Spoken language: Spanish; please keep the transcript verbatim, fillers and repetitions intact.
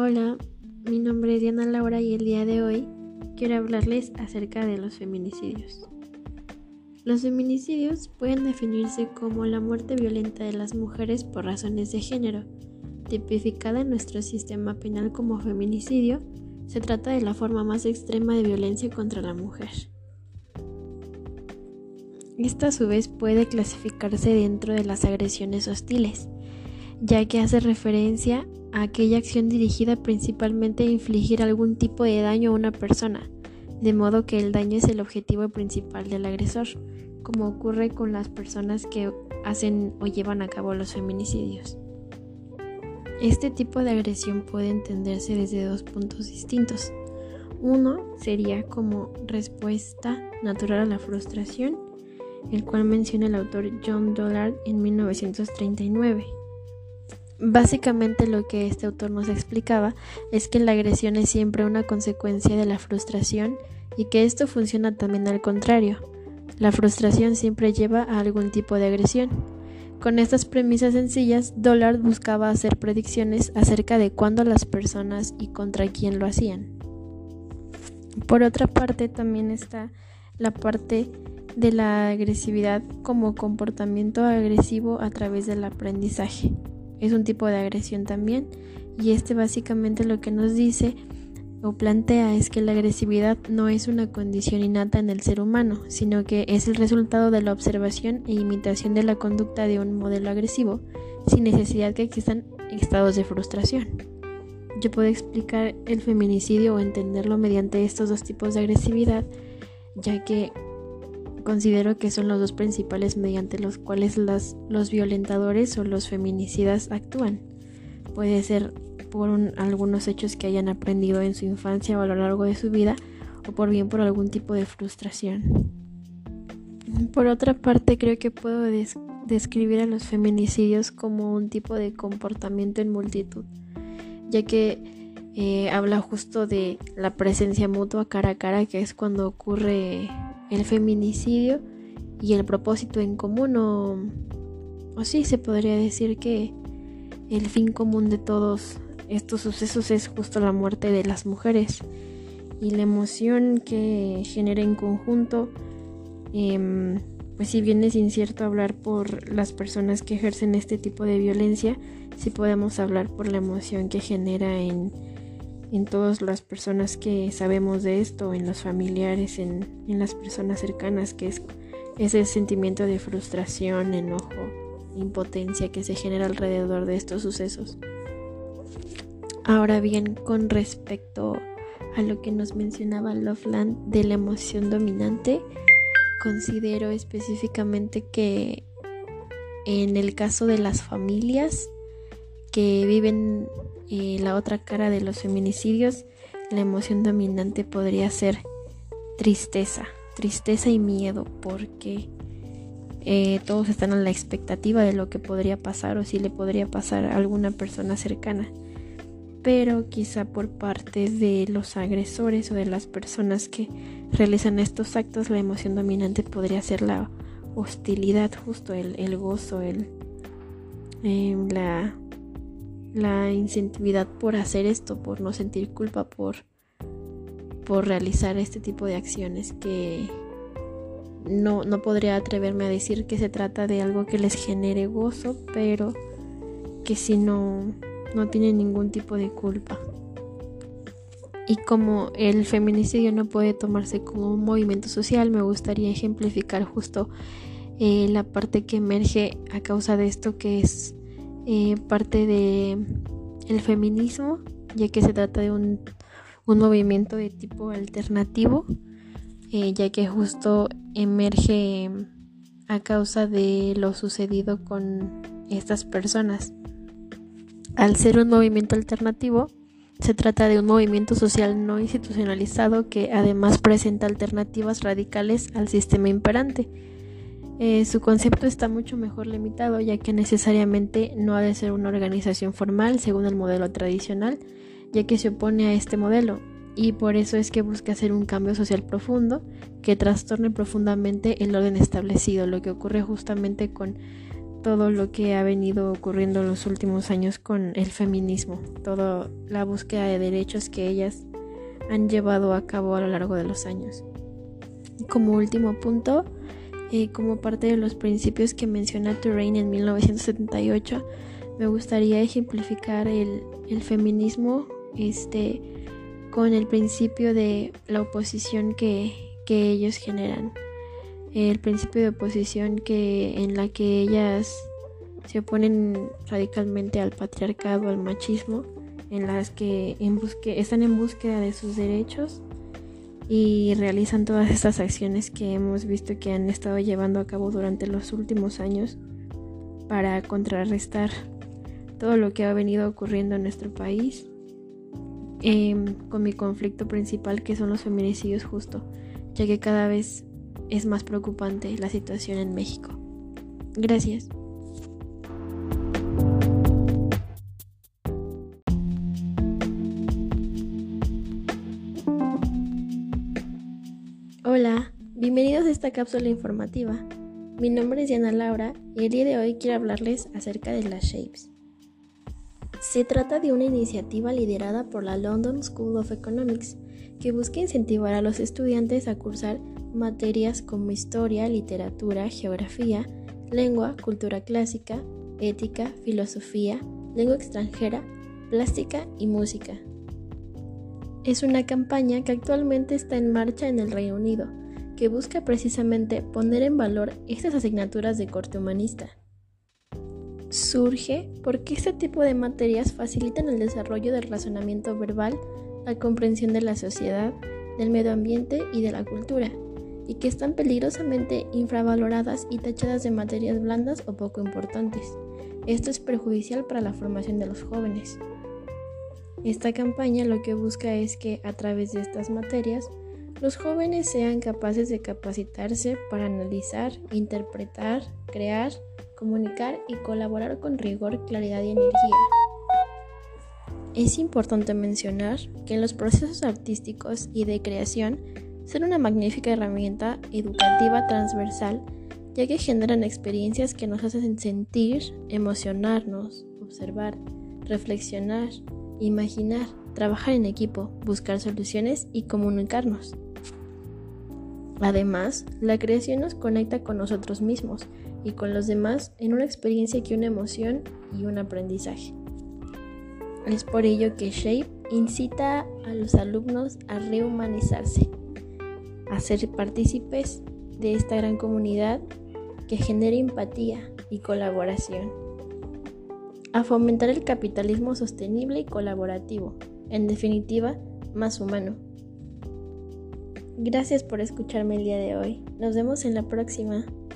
Hola, mi nombre es Diana Laura y el día de hoy quiero hablarles acerca de los feminicidios. Los feminicidios pueden definirse como la muerte violenta de las mujeres por razones de género. Tipificada en nuestro sistema penal como feminicidio, se trata de la forma más extrema de violencia contra la mujer. Esta a su vez puede clasificarse dentro de las agresiones hostiles, ya que hace referencia a aquella acción dirigida principalmente a infligir algún tipo de daño a una persona, de modo que el daño es el objetivo principal del agresor, como ocurre con las personas que hacen o llevan a cabo los feminicidios. Este tipo de agresión puede entenderse desde dos puntos distintos. Uno sería como respuesta natural a la frustración, el cual menciona el autor John Dollard en mil novecientos treinta y nueve. Básicamente lo que este autor nos explicaba es que la agresión es siempre una consecuencia de la frustración y que esto funciona también al contrario. La frustración siempre lleva a algún tipo de agresión. Con estas premisas sencillas, Dollard buscaba hacer predicciones acerca de cuándo las personas y contra quién lo hacían. Por otra parte, también está la parte de la agresividad como comportamiento agresivo a través del aprendizaje. Es un tipo de agresión también, y este básicamente lo que nos dice o plantea es que la agresividad no es una condición innata en el ser humano, sino que es el resultado de la observación e imitación de la conducta de un modelo agresivo, sin necesidad que existan estados de frustración. Yo puedo explicar el feminicidio o entenderlo mediante estos dos tipos de agresividad, ya que considero que son los dos principales mediante los cuales las, los violentadores o los feminicidas actúan. Puede ser por un, algunos hechos que hayan aprendido en su infancia o a lo largo de su vida, o por bien por algún tipo de frustración. Por otra parte, creo que puedo des- describir a los feminicidios como un tipo de comportamiento en multitud, ya que eh, habla justo de la presencia mutua cara a cara, que es cuando ocurre el feminicidio, y el propósito en común, o, o sí se podría decir que el fin común de todos estos sucesos es justo la muerte de las mujeres, y la emoción que genera en conjunto, eh, pues si bien es incierto hablar por las personas que ejercen este tipo de violencia, sí podemos hablar por la emoción que genera en en todas las personas que sabemos de esto, en los familiares, en, en las personas cercanas, que es ese sentimiento de frustración, enojo, impotencia que se genera alrededor de estos sucesos. Ahora bien, con respecto a lo que nos mencionaba Loveland de la emoción dominante, considero específicamente que en el caso de las familias que viven eh, la otra cara de los feminicidios, la emoción dominante podría ser tristeza, tristeza y miedo, porque eh, todos están a la expectativa de lo que podría pasar o si le podría pasar a alguna persona cercana, pero quizá por parte de los agresores o de las personas que realizan estos actos, la emoción dominante podría ser la hostilidad, justo el, el gozo, el, eh, la la incentividad por hacer esto, por no sentir culpa, por, por realizar este tipo de acciones, que no, no podría atreverme a decir que se trata de algo que les genere gozo, pero que si no, no tienen ningún tipo de culpa. Y como el feminicidio no puede tomarse como un movimiento social, me gustaría ejemplificar justo eh, la parte que emerge a causa de esto, que es Eh, parte de el feminismo, ya que se trata de un, un movimiento de tipo alternativo, eh, ya que justo emerge a causa de lo sucedido con estas personas. Al ser un movimiento alternativo, se trata de un movimiento social no institucionalizado que además presenta alternativas radicales al sistema imperante. Eh, su concepto está mucho mejor limitado, ya que necesariamente no ha de ser una organización formal según el modelo tradicional, ya que se opone a este modelo, y por eso es que busca hacer un cambio social profundo que trastorne profundamente el orden establecido, lo que ocurre justamente con todo lo que ha venido ocurriendo en los últimos años con el feminismo, toda la búsqueda de derechos que ellas han llevado a cabo a lo largo de los años. Y como último punto, eh, como parte de los principios que menciona Touraine en mil novecientos setenta y ocho, me gustaría ejemplificar el, el feminismo este, con el principio de la oposición que, que ellos generan. El principio de oposición que, en la que ellas se oponen radicalmente al patriarcado, al machismo, en las que en busque, están en búsqueda de sus derechos y realizan todas estas acciones que hemos visto que han estado llevando a cabo durante los últimos años para contrarrestar todo lo que ha venido ocurriendo en nuestro país, eh, con mi conflicto principal, que son los feminicidios, justo, ya que cada vez es más preocupante la situación en México. Gracias. Hola, bienvenidos a esta cápsula informativa. Mi nombre es Diana Laura y el día de hoy quiero hablarles acerca de las Shapes. Se trata de una iniciativa liderada por la London School of Economics que busca incentivar a los estudiantes a cursar materias como historia, literatura, geografía, lengua, cultura clásica, ética, filosofía, lengua extranjera, plástica y música. Es una campaña que actualmente está en marcha en el Reino Unido, que busca precisamente poner en valor estas asignaturas de corte humanista. Surge porque este tipo de materias facilitan el desarrollo del razonamiento verbal, la comprensión de la sociedad, del medio ambiente y de la cultura, y que están peligrosamente infravaloradas y tachadas de materias blandas o poco importantes. Esto es perjudicial para la formación de los jóvenes. Esta campaña lo que busca es que a través de estas materias los jóvenes sean capaces de capacitarse para analizar, interpretar, crear, comunicar y colaborar con rigor, claridad y energía. Es importante mencionar que en los procesos artísticos y de creación son una magnífica herramienta educativa transversal, ya que generan experiencias que nos hacen sentir, emocionarnos, observar, reflexionar, imaginar, trabajar en equipo, buscar soluciones y comunicarnos. Además, la creación nos conecta con nosotros mismos y con los demás en una experiencia que una emoción y un aprendizaje. Es por ello que Shape incita a los alumnos a rehumanizarse, a ser partícipes de esta gran comunidad que genera empatía y colaboración, a fomentar el capitalismo sostenible y colaborativo, en definitiva, más humano. Gracias por escucharme el día de hoy. Nos vemos en la próxima.